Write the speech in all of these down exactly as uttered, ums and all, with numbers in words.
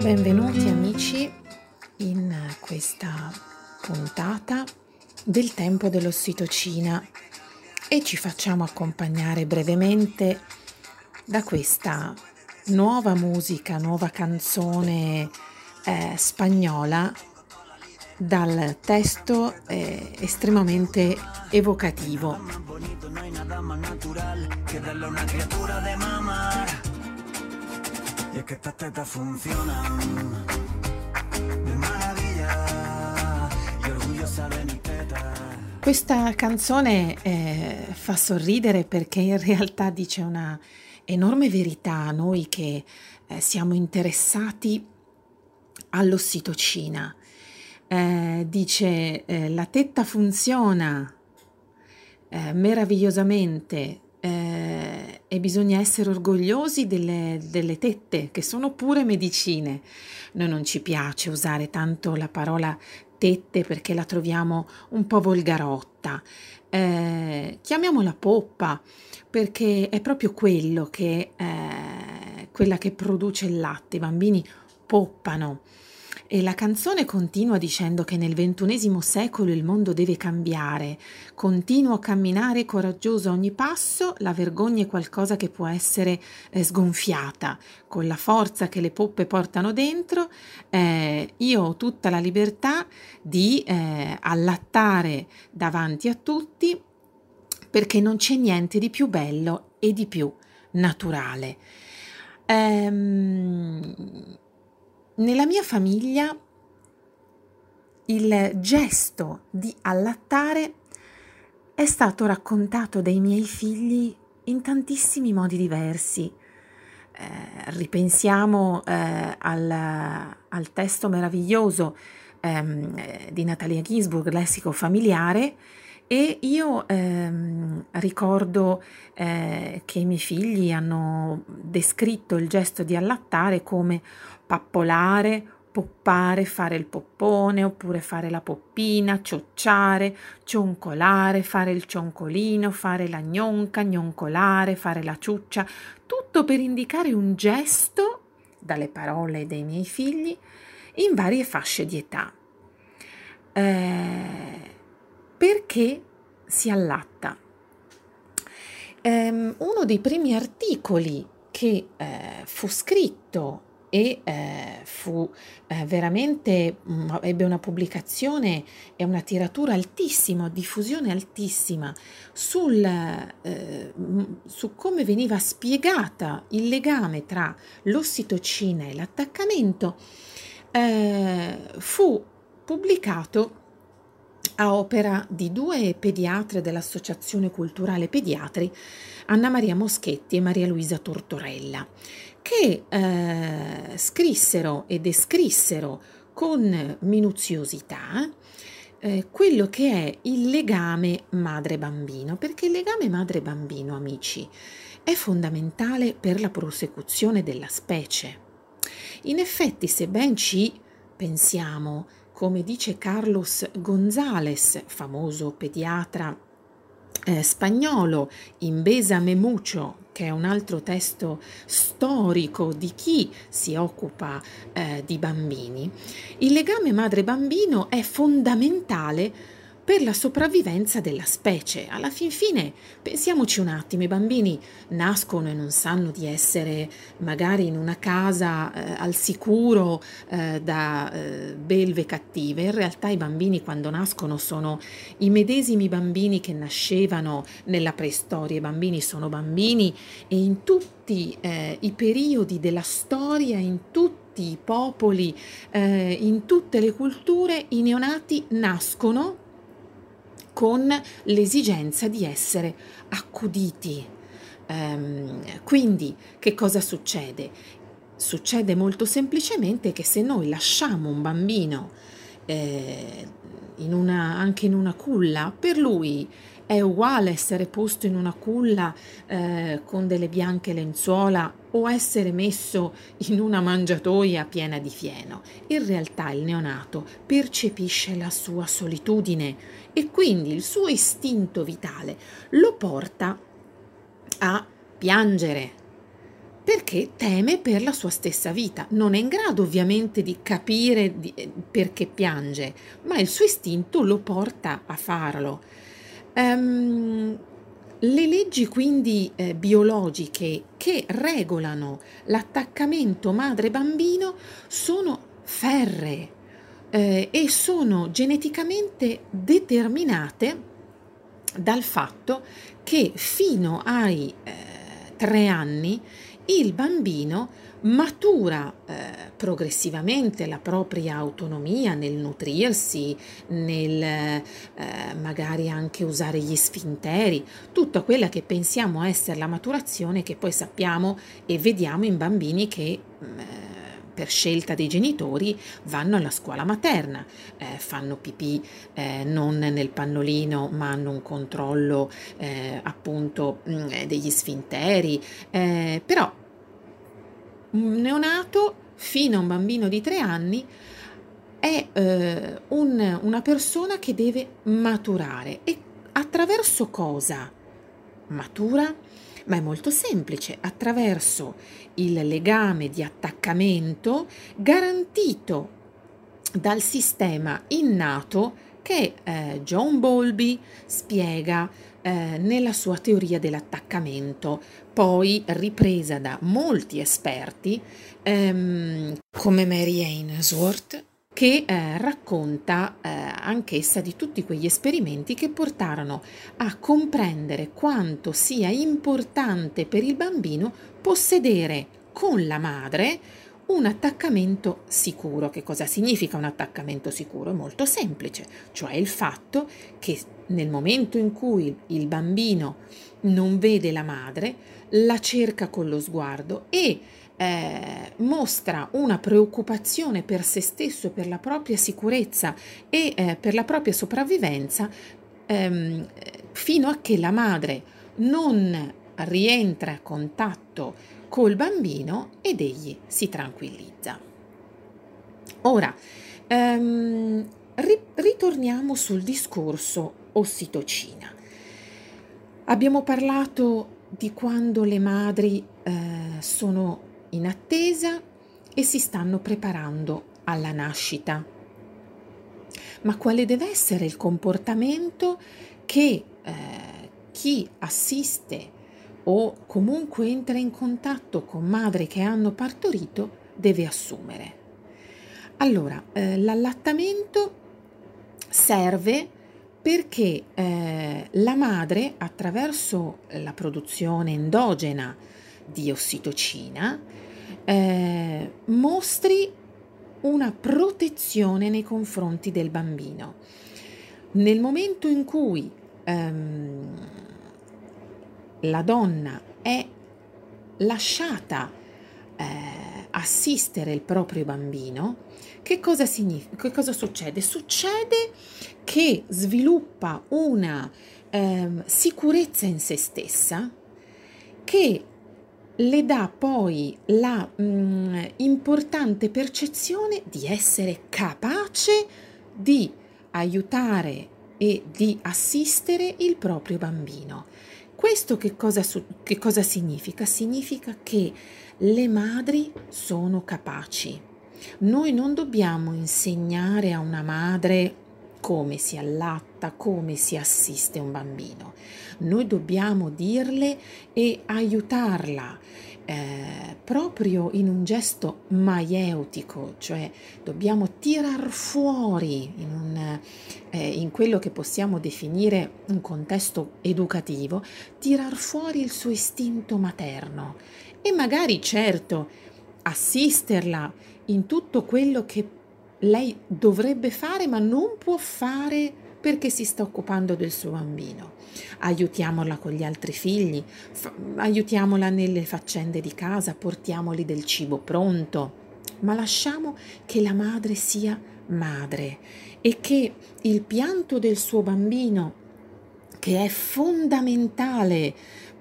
Benvenuti amici in questa puntata del tempo dell'ossitocina e ci facciamo accompagnare brevemente da questa nuova musica, nuova canzone eh, spagnola dal testo eh, estremamente evocativo. Questa canzone eh, fa sorridere perché in realtà dice una enorme verità a noi che eh, siamo interessati all'ossitocina. Eh, dice eh, la tetta funziona eh, meravigliosamente eh, e bisogna essere orgogliosi delle, delle tette che sono pure medicine. Noi non ci piace usare tanto la parola tette perché la troviamo un po' volgarotta. Eh, chiamiamola poppa perché è proprio quello che eh, quella che produce il latte. I bambini poppano. E la canzone continua dicendo che nel ventunesimo secolo il mondo deve cambiare. Continuo a camminare coraggioso a ogni passo, la vergogna è qualcosa che può essere eh, sgonfiata. Con la forza che le poppe portano dentro, eh, io ho tutta la libertà di eh, allattare davanti a tutti perché non c'è niente di più bello e di più naturale. Ehm... Nella mia famiglia il gesto di allattare è stato raccontato dai miei figli in tantissimi modi diversi. Eh, ripensiamo eh, al, al testo meraviglioso ehm, di Natalia Ginzburg, Lessico familiare, e io ehm, ricordo eh, che i miei figli hanno descritto il gesto di allattare come pappolare, poppare, fare il poppone, oppure fare la poppina, ciocciare, cioncolare, fare il cioncolino, fare la gnonca, gnoncolare, fare la ciuccia, tutto per indicare un gesto, dalle parole dei miei figli, in varie fasce di età. Eh, perché si allatta? Um, uno dei primi articoli che eh, fu scritto e eh, fu eh, veramente mh, ebbe una pubblicazione e una tiratura altissima, diffusione altissima sul, eh, mh, su come veniva spiegata il legame tra l'ossitocina e l'attaccamento, eh, fu pubblicato a opera di due pediatre dell'Associazione Culturale Pediatri, Anna Maria Moschetti e Maria Luisa Tortorella, che eh, scrissero e descrissero con minuziosità eh, quello che è il legame madre-bambino, perché il legame madre-bambino, amici, è fondamentale per la prosecuzione della specie. In effetti, se ben ci pensiamo, come dice Carlos González, famoso pediatra eh, spagnolo, in Bésame mucho, che è un altro testo storico di chi si occupa eh, di bambini, il legame madre-bambino è fondamentale per la sopravvivenza della specie. Alla fin fine, pensiamoci un attimo, i bambini nascono e non sanno di essere magari in una casa eh, al sicuro eh, da eh, belve cattive. In realtà i bambini quando nascono sono i medesimi bambini che nascevano nella preistoria. I bambini sono bambini e in tutti eh, i periodi della storia, in tutti i popoli, eh, in tutte le culture, i neonati nascono con l'esigenza di essere accuditi. Ehm, quindi che cosa succede? Succede molto semplicemente che se noi lasciamo un bambino eh, in una, anche in una culla, per lui è uguale essere posto in una culla eh, con delle bianche lenzuola o essere messo in una mangiatoia piena di fieno. In realtà il neonato percepisce la sua solitudine e quindi il suo istinto vitale lo porta a piangere, perché teme per la sua stessa vita. Non è in grado ovviamente di capire di- perché piange, ma il suo istinto lo porta a farlo. Ehm, le leggi quindi eh, biologiche che regolano l'attaccamento madre-bambino sono ferree eh, e sono geneticamente determinate dal fatto che fino ai eh, tre anni il bambino matura eh, progressivamente la propria autonomia nel nutrirsi, nel eh, magari anche usare gli sfinteri, tutta quella che pensiamo essere la maturazione che poi sappiamo e vediamo in bambini che mh, per scelta dei genitori vanno alla scuola materna, eh, fanno pipì eh, non nel pannolino ma hanno un controllo eh, appunto mh, degli sfinteri, eh, però un neonato fino a un bambino di tre anni è eh, un- una persona che deve maturare. E attraverso cosa matura? Ma è molto semplice, attraverso il legame di attaccamento garantito dal sistema innato che eh, John Bowlby spiega eh, nella sua teoria dell'attaccamento, poi ripresa da molti esperti ehm, come Mary Ainsworth, che eh, racconta eh, anch'essa di tutti quegli esperimenti che portarono a comprendere quanto sia importante per il bambino possedere con la madre un attaccamento sicuro. Che cosa significa un attaccamento sicuro? È molto semplice, cioè il fatto che nel momento in cui il bambino non vede la madre, la cerca con lo sguardo e eh, mostra una preoccupazione per se stesso, per la propria sicurezza e eh, per la propria sopravvivenza, ehm, fino a che la madre non rientra a contatto col bambino ed egli si tranquillizza. Ora, ehm, ri- ritorniamo sul discorso ossitocina. Abbiamo parlato di quando le madri eh, sono in attesa e si stanno preparando alla nascita. Ma quale deve essere il comportamento che eh, chi assiste o comunque entra in contatto con madri che hanno partorito deve assumere? Allora, eh, l'allattamento serve perché eh, la madre, attraverso la produzione endogena di ossitocina, eh, mostri una protezione nei confronti del bambino. Nel momento in cui ehm, la donna è lasciata eh, assistere il proprio bambino, che cosa significa? Che cosa succede? Succede che sviluppa una ehm, sicurezza in se stessa che le dà poi la mh, importante percezione di essere capace di aiutare e di assistere il proprio bambino. Questo che cosa, che cosa significa? Significa che le madri sono capaci. Noi non dobbiamo insegnare a una madre come si allatta, come si assiste un bambino. Noi dobbiamo dirle e aiutarla eh, proprio in un gesto maieutico, cioè dobbiamo tirar fuori in, un, eh, in quello che possiamo definire un contesto educativo, tirar fuori il suo istinto materno e magari certo assisterla in tutto quello che lei dovrebbe fare ma non può fare perché si sta occupando del suo bambino. Aiutiamola con gli altri figli, fa- aiutiamola nelle faccende di casa, portiamoli del cibo pronto, ma lasciamo che la madre sia madre e che il pianto del suo bambino, che è fondamentale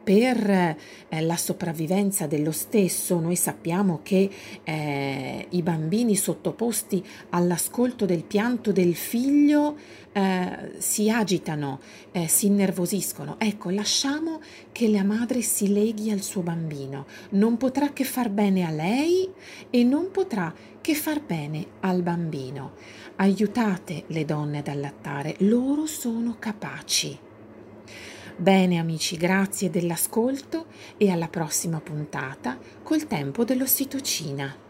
per eh, la sopravvivenza dello stesso. Noi sappiamo che eh, i bambini sottoposti all'ascolto del pianto del figlio eh, si agitano, eh, si innervosiscono. Ecco, lasciamo che la madre si leghi al suo bambino. Non potrà che far bene a lei e non potrà che far bene al bambino. Aiutate le donne ad allattare, loro sono capaci. Bene amici, grazie dell'ascolto e alla prossima puntata col tempo dell'ossitocina.